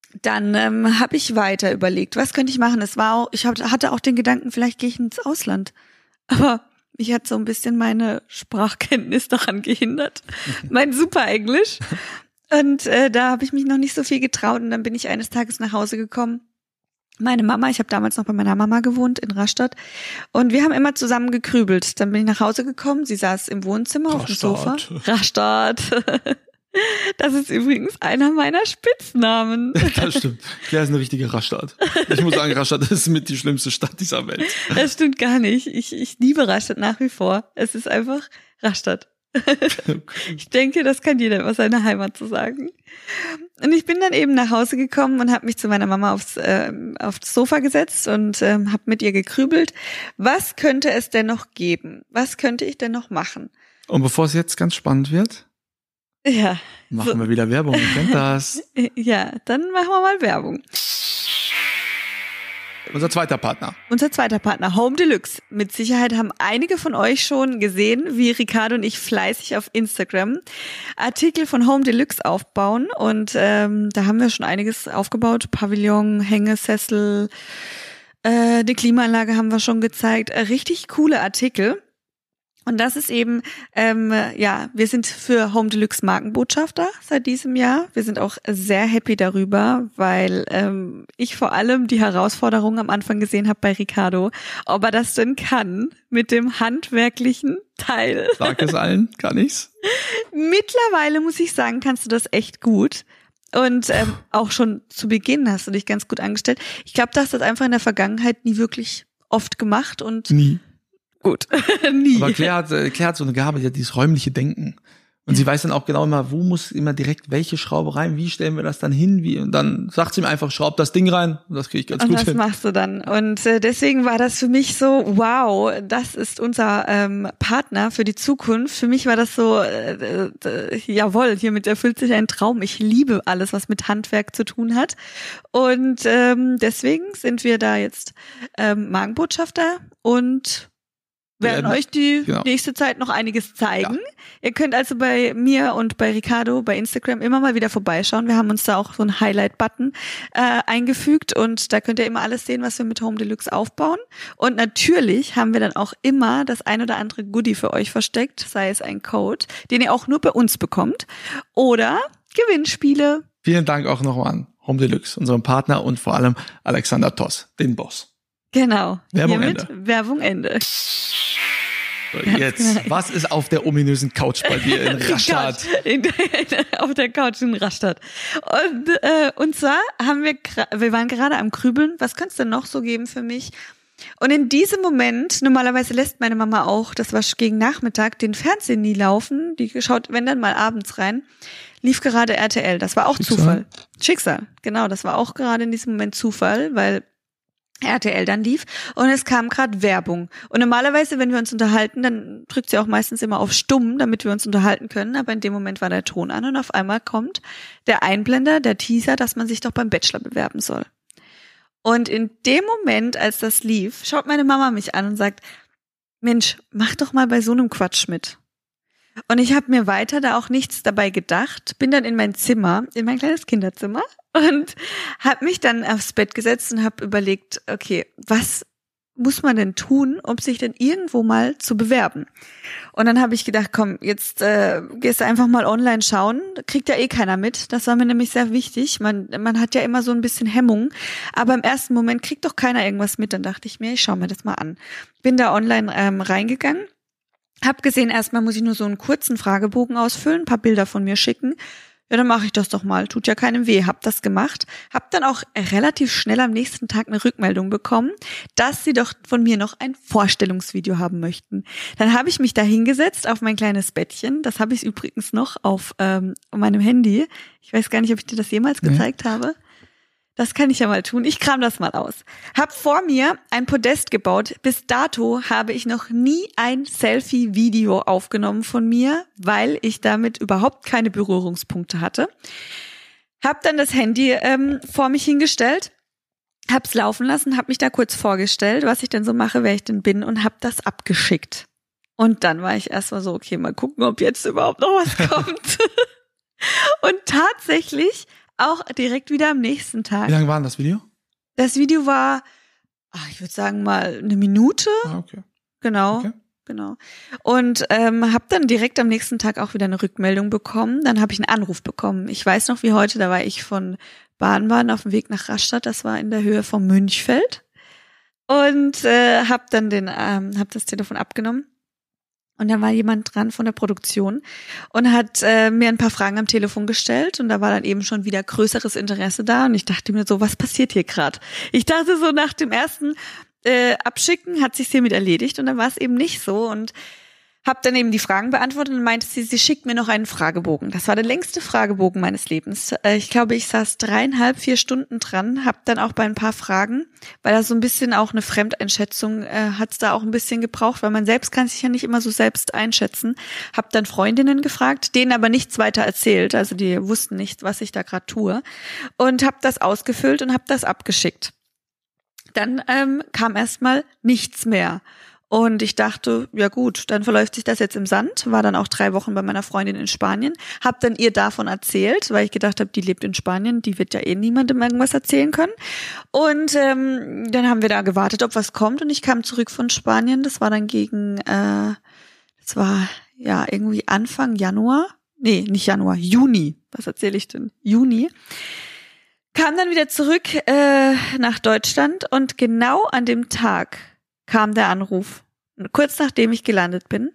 dann ähm, habe ich weiter überlegt, was könnte ich machen. Es war auch, ich hab, hatte auch den Gedanken, vielleicht gehe ich ins Ausland. Aber mich hat so ein bisschen meine Sprachkenntnis daran gehindert. Mein super Englisch. Und äh, da habe ich mich noch nicht so viel getraut. Und dann bin ich eines Tages nach Hause gekommen. Meine Mama, ich habe damals noch bei meiner Mama gewohnt in Rastatt. Und wir haben immer zusammen gekrübelt. Dann bin ich nach Hause gekommen. Sie saß im Wohnzimmer auf dem Sofa. Rastatt. Das ist übrigens einer meiner Spitznamen. Das stimmt. Claire ist eine richtige Rastatt. Ich muss sagen, Rastatt ist mit die schlimmste Stadt dieser Welt. Das stimmt gar nicht. Ich, ich liebe Rastatt nach wie vor. Es ist einfach Rastatt. Okay. Ich denke, das kann jeder über seine Heimat zu sagen. Und ich bin dann eben nach Hause gekommen und habe mich zu meiner Mama aufs, äh, aufs Sofa gesetzt und äh, habe mit ihr gekrübelt. Was könnte es denn noch geben? Was könnte ich denn noch machen? Und bevor es jetzt ganz spannend wird, ja, machen so. wir wieder Werbung. Ihr kennt das. Ja, dann machen wir mal Werbung. Unser zweiter Partner. Unser zweiter Partner, Home Deluxe. Mit Sicherheit haben einige von euch schon gesehen, wie Ricardo und ich fleißig auf Instagram Artikel von Home Deluxe aufbauen. Und ähm, da haben wir schon einiges aufgebaut. Pavillon, Hängesessel, äh, eine Klimaanlage haben wir schon gezeigt. Äh, richtig coole Artikel. Und das ist eben, ähm, ja, wir sind für Home Deluxe Markenbotschafter seit diesem Jahr. Wir sind auch sehr happy darüber, weil ähm, ich vor allem die Herausforderung am Anfang gesehen habe bei Ricardo, ob er das denn kann mit dem handwerklichen Teil. Sag es allen, kann ich's. Mittlerweile muss ich sagen, kannst du das echt gut. Und ähm, auch schon zu Beginn hast du dich ganz gut angestellt. Ich glaube, du hast das einfach in der Vergangenheit nie wirklich oft gemacht und nie. Gut, nie. Aber Claire hat, Claire hat so eine Gabe, die hat dieses räumliche Denken. Und ja. sie weiß dann auch genau immer, wo muss immer direkt welche Schraube rein, wie stellen wir das dann hin, wie, und dann sagt sie ihm einfach, schraub das Ding rein, und das kriege ich ganz und gut hin. Und das machst du dann. Und äh, deswegen war das für mich so, wow, das ist unser ähm, Partner für die Zukunft. Für mich war das so, äh, äh, jawohl, hiermit erfüllt sich ein Traum. Ich liebe alles, was mit Handwerk zu tun hat. Und ähm, deswegen sind wir da jetzt ähm, Markenbotschafter und werden euch die genau. nächste Zeit noch einiges zeigen. Ja. Ihr könnt also bei mir und bei Ricardo bei Instagram immer mal wieder vorbeischauen. Wir haben uns da auch so einen Highlight-Button äh, eingefügt und da könnt ihr immer alles sehen, was wir mit Home Deluxe aufbauen. Und natürlich haben wir dann auch immer das ein oder andere Goodie für euch versteckt, sei es ein Code, den ihr auch nur bei uns bekommt oder Gewinnspiele. Vielen Dank auch nochmal an Home Deluxe, unserem Partner und vor allem Alexander Toss, den Boss. Genau. Werbung Ende. Werbung Ende. So, jetzt, was ist auf der ominösen Couch bei dir in Rastatt? In, in, auf der Couch in Rastatt. Und, äh, und zwar haben wir, wir waren gerade am Grübeln, was könnte es denn noch so geben für mich? Und in diesem Moment, normalerweise lässt meine Mama auch, das war gegen Nachmittag, den Fernsehen nie laufen, die schaut, wenn dann mal abends rein, lief gerade R T L, das war auch Schicksal. Zufall. Schicksal, genau, das war auch gerade in diesem Moment Zufall, weil R T L dann lief und es kam gerade Werbung. Und normalerweise, wenn wir uns unterhalten, dann drückt sie auch meistens immer auf Stumm, damit wir uns unterhalten können. Aber in dem Moment war der Ton an und auf einmal kommt der Einblender, der Teaser, dass man sich doch beim Bachelor bewerben soll. Und in dem Moment, als das lief, schaut meine Mama mich an und sagt, Mensch, mach doch mal bei so einem Quatsch mit. Und ich habe mir weiter da auch nichts dabei gedacht, bin dann in mein Zimmer, in mein kleines Kinderzimmer und habe mich dann aufs Bett gesetzt und habe überlegt, okay, was muss man denn tun, um sich denn irgendwo mal zu bewerben? Und dann habe ich gedacht, komm, jetzt äh, gehst du einfach mal online schauen, kriegt ja eh keiner mit. Das war mir nämlich sehr wichtig. Man, man hat ja immer so ein bisschen Hemmung, aber im ersten Moment kriegt doch keiner irgendwas mit. Dann dachte ich mir, ich schaue mir das mal an. Bin da online ähm, reingegangen. Hab gesehen, erstmal muss ich nur so einen kurzen Fragebogen ausfüllen, ein paar Bilder von mir schicken. Ja, dann mache ich das doch mal. Tut ja keinem weh. Hab das gemacht. Hab dann auch relativ schnell am nächsten Tag eine Rückmeldung bekommen, dass sie doch von mir noch ein Vorstellungsvideo haben möchten. Dann habe ich mich da hingesetzt auf mein kleines Bettchen. Das habe ich übrigens noch auf ähm, meinem Handy. Ich weiß gar nicht, ob ich dir das jemals gezeigt nee. habe. Das kann ich ja mal tun. Ich kram das mal aus. Hab vor mir ein Podest gebaut. Bis dato habe ich noch nie ein Selfie-Video aufgenommen von mir, weil ich damit überhaupt keine Berührungspunkte hatte. Hab dann das Handy ähm, vor mich hingestellt, hab's laufen lassen, hab mich da kurz vorgestellt, was ich denn so mache, wer ich denn bin und hab das abgeschickt. Und dann war ich erstmal so, okay, mal gucken, ob jetzt überhaupt noch was kommt. Und tatsächlich auch direkt wieder am nächsten Tag. Wie lange war denn das Video? Das Video war, ach, ich würde sagen mal eine Minute. Ah, okay. Genau. Okay. Genau. Und ähm, habe dann direkt am nächsten Tag auch wieder eine Rückmeldung bekommen. Dann habe ich einen Anruf bekommen. Ich weiß noch wie heute, da war ich von Baden-Baden auf dem Weg nach Rastatt. Das war in der Höhe vom Münchfeld. Und äh, habe dann den, ähm, hab das Telefon abgenommen. Und dann war jemand dran von der Produktion und hat äh, mir ein paar Fragen am Telefon gestellt. Und da war dann eben schon wieder größeres Interesse da. Und ich dachte mir so, was passiert hier gerade? Ich dachte so nach dem ersten Äh, abschicken, hat sich hiermit erledigt und dann war es eben nicht so und habe dann eben die Fragen beantwortet und meinte sie, sie schickt mir noch einen Fragebogen. Das war der längste Fragebogen meines Lebens. Äh, ich glaube, ich saß dreieinhalb, vier Stunden dran, habe dann auch bei ein paar Fragen, weil da so ein bisschen auch eine Fremdeinschätzung äh, hat es da auch ein bisschen gebraucht, weil man selbst kann sich ja nicht immer so selbst einschätzen. Habe dann Freundinnen gefragt, denen aber nichts weiter erzählt, also die wussten nicht, was ich da gerade tue und habe das ausgefüllt und habe das abgeschickt. Dann ähm, kam erstmal nichts mehr. Und ich dachte, ja gut, dann verläuft sich das jetzt im Sand. War dann auch drei Wochen bei meiner Freundin in Spanien. Hab dann ihr davon erzählt, weil ich gedacht habe, die lebt in Spanien, die wird ja eh niemandem irgendwas erzählen können. Und ähm, dann haben wir da gewartet, ob was kommt. Und ich kam zurück von Spanien. Das war dann gegen, äh, das war ja irgendwie Anfang Januar. Nee, nicht Januar, Juni. Was erzähle ich denn? Juni. Kam dann wieder zurück äh, nach Deutschland und genau an dem Tag kam der Anruf, kurz nachdem ich gelandet bin,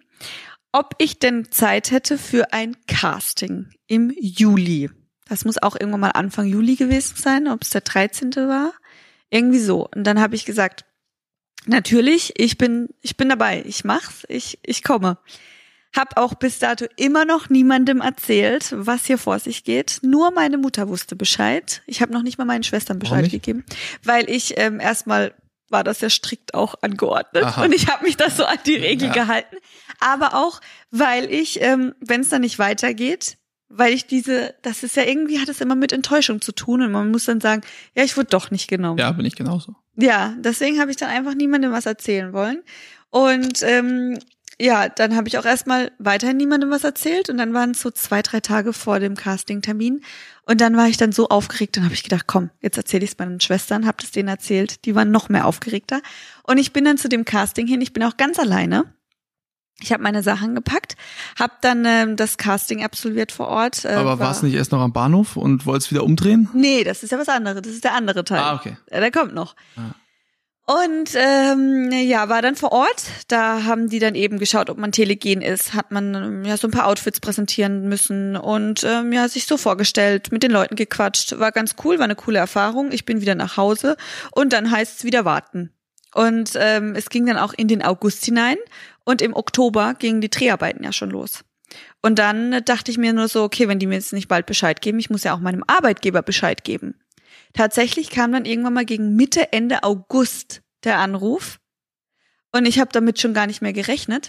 ob ich denn Zeit hätte für ein Casting im Juli. Das muss auch irgendwann mal Anfang Juli gewesen sein, ob es der dreizehnte war. Irgendwie so. Und dann habe ich gesagt, natürlich, ich bin ich bin dabei, ich mach's, ich ich komme. Hab auch bis dato immer noch niemandem erzählt, was hier vor sich geht. Nur meine Mutter wusste Bescheid. Ich habe noch nicht mal meinen Schwestern Bescheid gegeben, weil ich ähm, erstmal war das ja strikt auch angeordnet. Aha. Und ich habe mich das so an die Regel ja. gehalten. Aber auch, weil ich, ähm, wenn es dann nicht weitergeht, weil ich diese, das ist ja irgendwie, hat es immer mit Enttäuschung zu tun und man muss dann sagen, ja, ich wurde doch nicht genommen. Ja, bin ich genauso. Ja, deswegen habe ich dann einfach niemandem was erzählen wollen. Und ähm, ja, dann habe ich auch erstmal weiterhin niemandem was erzählt und dann waren es so zwei, drei Tage vor dem Casting-Termin und dann war ich dann so aufgeregt, dann habe ich gedacht, komm, jetzt erzähle ich es meinen Schwestern, habe das denen erzählt, die waren noch mehr aufgeregter und ich bin dann zu dem Casting hin, ich bin auch ganz alleine. Ich habe meine Sachen gepackt, habe dann ähm, das Casting absolviert vor Ort. Äh, Aber war, warst du nicht erst noch am Bahnhof und wolltest wieder umdrehen? Nee, das ist ja was anderes, das ist der andere Teil. Ah, okay. Ja, der kommt noch. Ah. Und ähm, ja, war dann vor Ort. Da haben die dann eben geschaut, ob man telegen ist. Hat man ähm, ja so ein paar Outfits präsentieren müssen und ähm, ja sich so vorgestellt, mit den Leuten gequatscht. War ganz cool, war eine coole Erfahrung. Ich bin wieder nach Hause und dann heißt es wieder warten. Und ähm, es ging dann auch in den August hinein und im Oktober gingen die Dreharbeiten ja schon los. Und dann dachte ich mir nur so, okay, wenn die mir jetzt nicht bald Bescheid geben, ich muss ja auch meinem Arbeitgeber Bescheid geben. Tatsächlich kam dann irgendwann mal gegen Mitte, Ende August der Anruf und ich habe damit schon gar nicht mehr gerechnet.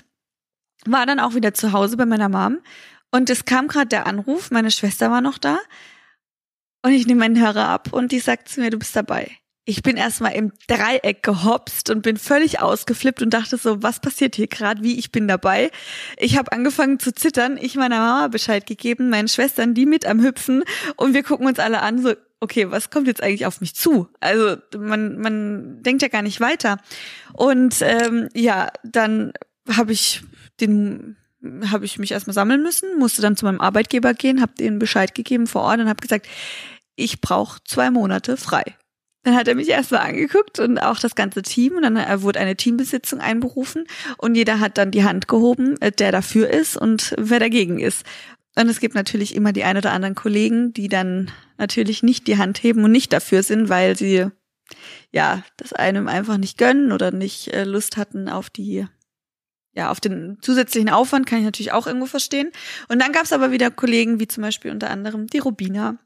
War dann auch wieder zu Hause bei meiner Mom und es kam gerade der Anruf, meine Schwester war noch da und ich nehme meinen Hörer ab und die sagt zu mir, du bist dabei. Ich bin erstmal im Dreieck gehopst und bin völlig ausgeflippt und dachte so, was passiert hier gerade, wie, ich bin dabei. Ich habe angefangen zu zittern, ich meiner Mama Bescheid gegeben, meinen Schwestern, die mit am Hüpfen und wir gucken uns alle an, so, okay, was kommt jetzt eigentlich auf mich zu? Also man man denkt ja gar nicht weiter. Und ähm, ja, dann habe ich den habe ich mich erstmal sammeln müssen, musste dann zu meinem Arbeitgeber gehen, habe denen Bescheid gegeben vor Ort und habe gesagt, ich brauche zwei Monate frei. Dann hat er mich erstmal angeguckt und auch das ganze Team und dann wurde eine Teambesitzung einberufen und jeder hat dann die Hand gehoben, der dafür ist und wer dagegen ist. Und es gibt natürlich immer die ein oder anderen Kollegen, die dann natürlich nicht die Hand heben und nicht dafür sind, weil sie ja das einem einfach nicht gönnen oder nicht äh, Lust hatten auf die ja auf den zusätzlichen Aufwand, kann ich natürlich auch irgendwo verstehen. Und dann gab es aber wieder Kollegen, wie zum Beispiel unter anderem die Rubina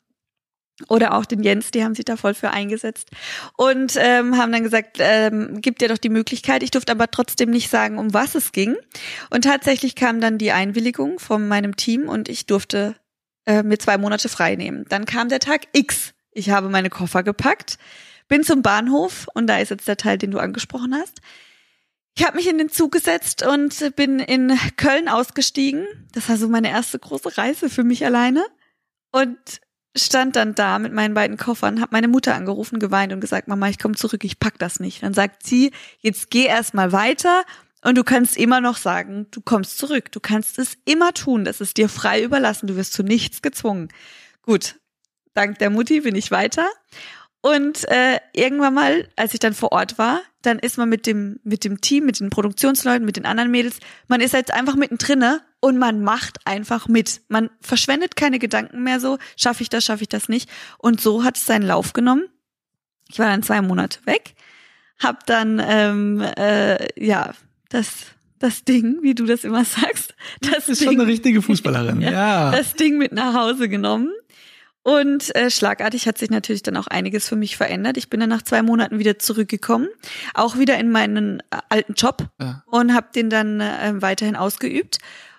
oder auch den Jens, die haben sich da voll für eingesetzt und ähm, haben dann gesagt, ähm, gibt dir doch die Möglichkeit. Ich durfte aber trotzdem nicht sagen, um was es ging. Und tatsächlich kam dann die Einwilligung von meinem Team und ich durfte äh, mir zwei Monate frei nehmen. Dann kam der Tag X. Ich habe meine Koffer gepackt, bin zum Bahnhof und da ist jetzt der Teil, den du angesprochen hast. Ich habe mich in den Zug gesetzt und bin in Köln ausgestiegen. Das war so meine erste große Reise für mich alleine. Und stand dann da mit meinen beiden Koffern, habe meine Mutter angerufen, geweint und gesagt, Mama, ich komme zurück, ich pack das nicht. Dann sagt sie, jetzt geh erst mal weiter und du kannst immer noch sagen, du kommst zurück. Du kannst es immer tun, das ist dir frei überlassen, du wirst zu nichts gezwungen. Gut, dank der Mutti bin ich weiter. Und äh, irgendwann mal, als ich dann vor Ort war, dann ist man mit dem mit dem Team, mit den Produktionsleuten, mit den anderen Mädels, man ist jetzt einfach mittendrin und man macht einfach mit. Man verschwendet keine Gedanken mehr so, schaffe ich das, schaffe ich das nicht. Und so hat es seinen Lauf genommen. Ich war dann zwei Monate weg, hab dann ähm, äh, ja das das Ding, wie du das immer sagst, das, das ist Ding, schon eine richtige Fußballerin. ja, ja. Das Ding mit nach Hause genommen. Und äh, schlagartig hat sich natürlich dann auch einiges für mich verändert. Ich bin dann nach zwei Monaten wieder zurückgekommen, auch wieder in meinen äh, alten Job ja. und habe den dann äh, weiterhin ausgeübt.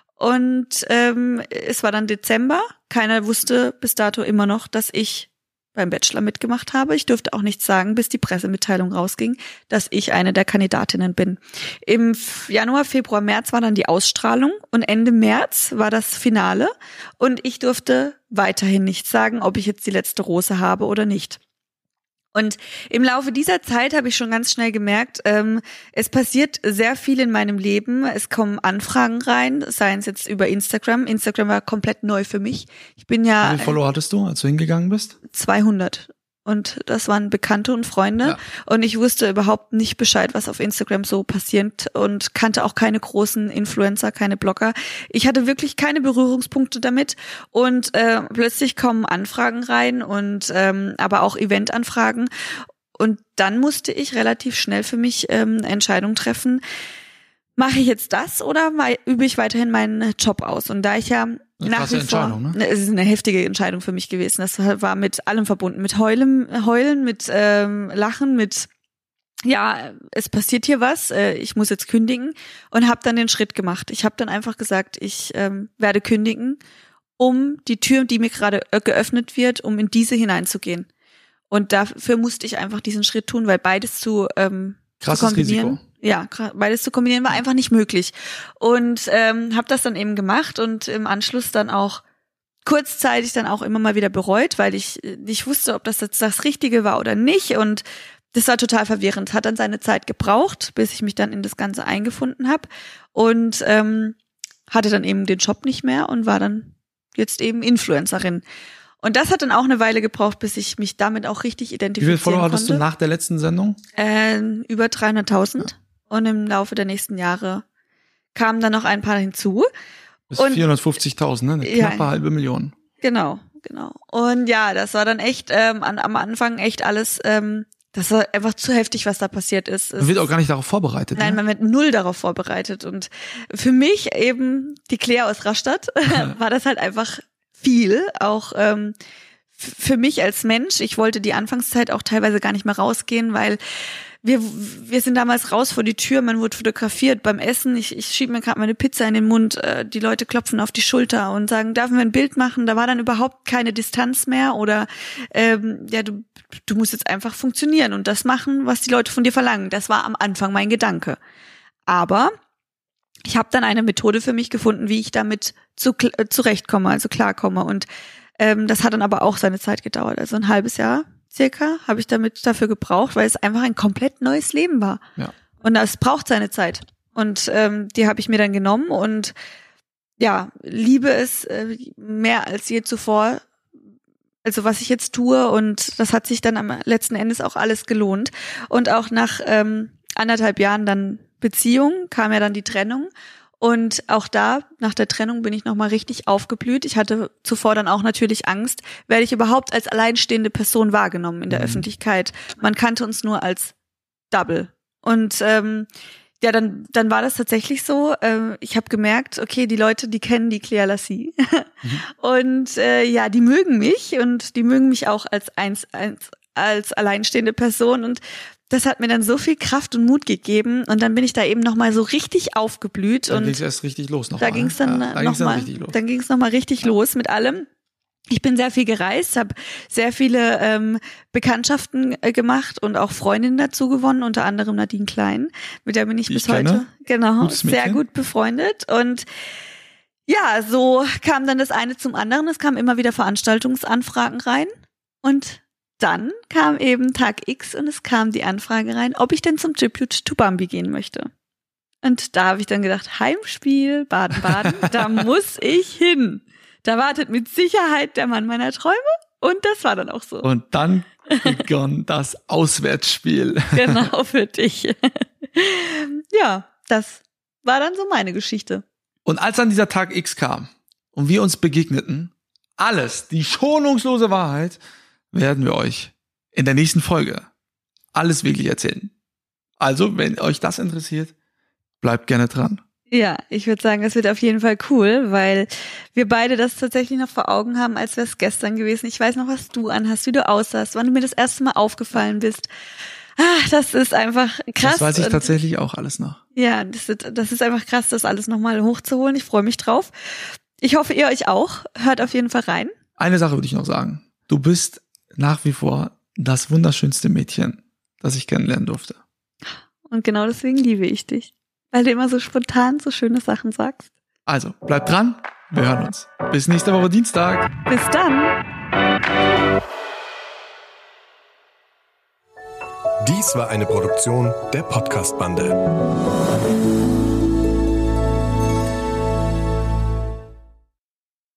Und ähm, es war dann Dezember. Keiner wusste bis dato immer noch, dass ich beim Bachelor mitgemacht habe. Ich durfte auch nichts sagen, bis die Pressemitteilung rausging, dass ich eine der Kandidatinnen bin. Im Januar, Februar, März war dann die Ausstrahlung und Ende März war das Finale und ich durfte weiterhin nichts sagen, ob ich jetzt die letzte Rose habe oder nicht. Und im Laufe dieser Zeit habe ich schon ganz schnell gemerkt, ähm, es passiert sehr viel in meinem Leben. Es kommen Anfragen rein, seien es jetzt über Instagram. Instagram war komplett neu für mich. Ich bin ja. Wie viele Follower hattest du, als du hingegangen bist? zweihundert. Und das waren Bekannte und Freunde. Ja. Und ich wusste überhaupt nicht Bescheid, was auf Instagram so passiert und kannte auch keine großen Influencer, keine Blogger. Ich hatte wirklich keine Berührungspunkte damit. Und äh, plötzlich kommen Anfragen rein und ähm, aber auch Eventanfragen. Und dann musste ich relativ schnell für mich ähm, eine Entscheidung treffen. Mache ich jetzt das oder übe ich weiterhin meinen Job aus? Und da ich ja nach wie vor, ne? Es ist eine heftige Entscheidung für mich gewesen. Das war mit allem verbunden, mit Heulen, Heulen, mit ähm, Lachen, mit ja, es passiert hier was. Äh, ich muss jetzt kündigen und habe dann den Schritt gemacht. Ich habe dann einfach gesagt, ich ähm, werde kündigen, um die Tür, die mir gerade geöffnet wird, um in diese hineinzugehen. Und dafür musste ich einfach diesen Schritt tun, weil beides zu ähm, Krasses zu kombinieren. Risiko. Ja, beides zu kombinieren war einfach nicht möglich. Und ähm, habe das dann eben gemacht und im Anschluss dann auch kurzzeitig dann auch immer mal wieder bereut, weil ich nicht wusste, ob das jetzt das Richtige war oder nicht. Und das war total verwirrend. Hat dann seine Zeit gebraucht, bis ich mich dann in das Ganze eingefunden habe. Und ähm, hatte dann eben den Job nicht mehr und war dann jetzt eben Influencerin. Und das hat dann auch eine Weile gebraucht, bis ich mich damit auch richtig identifizieren konnte. Wie viele Follower hattest du nach der letzten Sendung? Äh, über dreihunderttausend. Ja. Und im Laufe der nächsten Jahre kamen dann noch ein paar hinzu. Bis vierhundertfünfzigtausend, ne? Eine knappe ja, halbe Million. Genau, genau. Und ja, das war dann echt ähm, an, am Anfang echt alles, ähm, das war einfach zu heftig, was da passiert ist. Man wird auch gar nicht darauf vorbereitet. Nein, ne? man wird null darauf vorbereitet. Und für mich eben, die Claire aus Rastatt, war das halt einfach viel, auch ähm, f- für mich als Mensch. Ich wollte die Anfangszeit auch teilweise gar nicht mehr rausgehen, weil wir wir sind damals raus vor die Tür, man wurde fotografiert beim Essen. Ich, ich schiebe mir gerade meine Pizza in den Mund, äh, die Leute klopfen auf die Schulter und sagen, dürfen wir ein Bild machen? Da war dann überhaupt keine Distanz mehr oder ähm, ja, du du musst jetzt einfach funktionieren und das machen, was die Leute von dir verlangen. Das war am Anfang mein Gedanke. Aber ich habe dann eine Methode für mich gefunden, wie ich damit zu, äh, zurechtkomme, also klarkomme. Und ähm, das hat dann aber auch seine Zeit gedauert. Also ein halbes Jahr circa habe ich damit dafür gebraucht, weil es einfach ein komplett neues Leben war. Ja. Und das braucht seine Zeit. Und ähm, die habe ich mir dann genommen und ja, liebe es äh, mehr als je zuvor. Also was ich jetzt tue und das hat sich dann am letzten Endes auch alles gelohnt. Und auch nach ähm, anderthalb Jahren dann Beziehung kam ja dann die Trennung. Und auch da, nach der Trennung, bin ich nochmal richtig aufgeblüht. Ich hatte zuvor dann auch natürlich Angst, werde ich überhaupt als alleinstehende Person wahrgenommen in der mhm. Öffentlichkeit. Man kannte uns nur als Double. Und ähm, ja, dann dann war das tatsächlich so. Äh, ich habe gemerkt, okay, die Leute, die kennen die Claire Lassie. mhm. Und äh, ja, die mögen mich und die mögen mich auch als eins, eins als alleinstehende Person. Und das hat mir dann so viel Kraft und Mut gegeben und dann bin ich da eben nochmal so richtig aufgeblüht. Dann und ging es erst richtig los noch Da mal, ging es dann, ja, da noch mal, dann ging es nochmal richtig ja. los mit allem. Ich bin sehr viel gereist, habe sehr viele ähm, Bekanntschaften äh, gemacht und auch Freundinnen dazu gewonnen, unter anderem Nadine Klein, mit der bin ich Die bis ich heute kenne. genau Gutes sehr Mädchen. gut befreundet. Und Ja, so kam dann das eine zum anderen. Es kamen immer wieder Veranstaltungsanfragen rein. Und dann kam eben Tag X und es kam die Anfrage rein, ob ich denn zum Tribute to Bambi gehen möchte. Und da habe ich dann gedacht, Heimspiel, Baden-Baden, da muss ich hin. Da wartet mit Sicherheit der Mann meiner Träume. Und das war dann auch so. Und dann begann das Auswärtsspiel. Genau, für dich. Ja, das war dann so meine Geschichte. Und als dann dieser Tag X kam und wir uns begegneten, alles, die schonungslose Wahrheit, werden wir euch in der nächsten Folge alles wirklich erzählen. Also, wenn euch das interessiert, bleibt gerne dran. Ja, ich würde sagen, es wird auf jeden Fall cool, weil wir beide das tatsächlich noch vor Augen haben, als wäre es gestern gewesen. Ich weiß noch, was du anhast, wie du aussahst, wann du mir das erste Mal aufgefallen bist. Ah, das ist einfach krass. Das weiß ich tatsächlich auch alles noch. Ja, das ist, das ist einfach krass, das alles nochmal hochzuholen. Ich freue mich drauf. Ich hoffe, ihr euch auch. Hört auf jeden Fall rein. Eine Sache würde ich noch sagen. Du bist nach wie vor das wunderschönste Mädchen, das ich kennenlernen durfte. Und genau deswegen liebe ich dich. Weil du immer so spontan so schöne Sachen sagst. Also, bleibt dran. Wir hören uns. Bis nächste Woche Dienstag. Bis dann. Dies war eine Produktion der Podcast-Bande.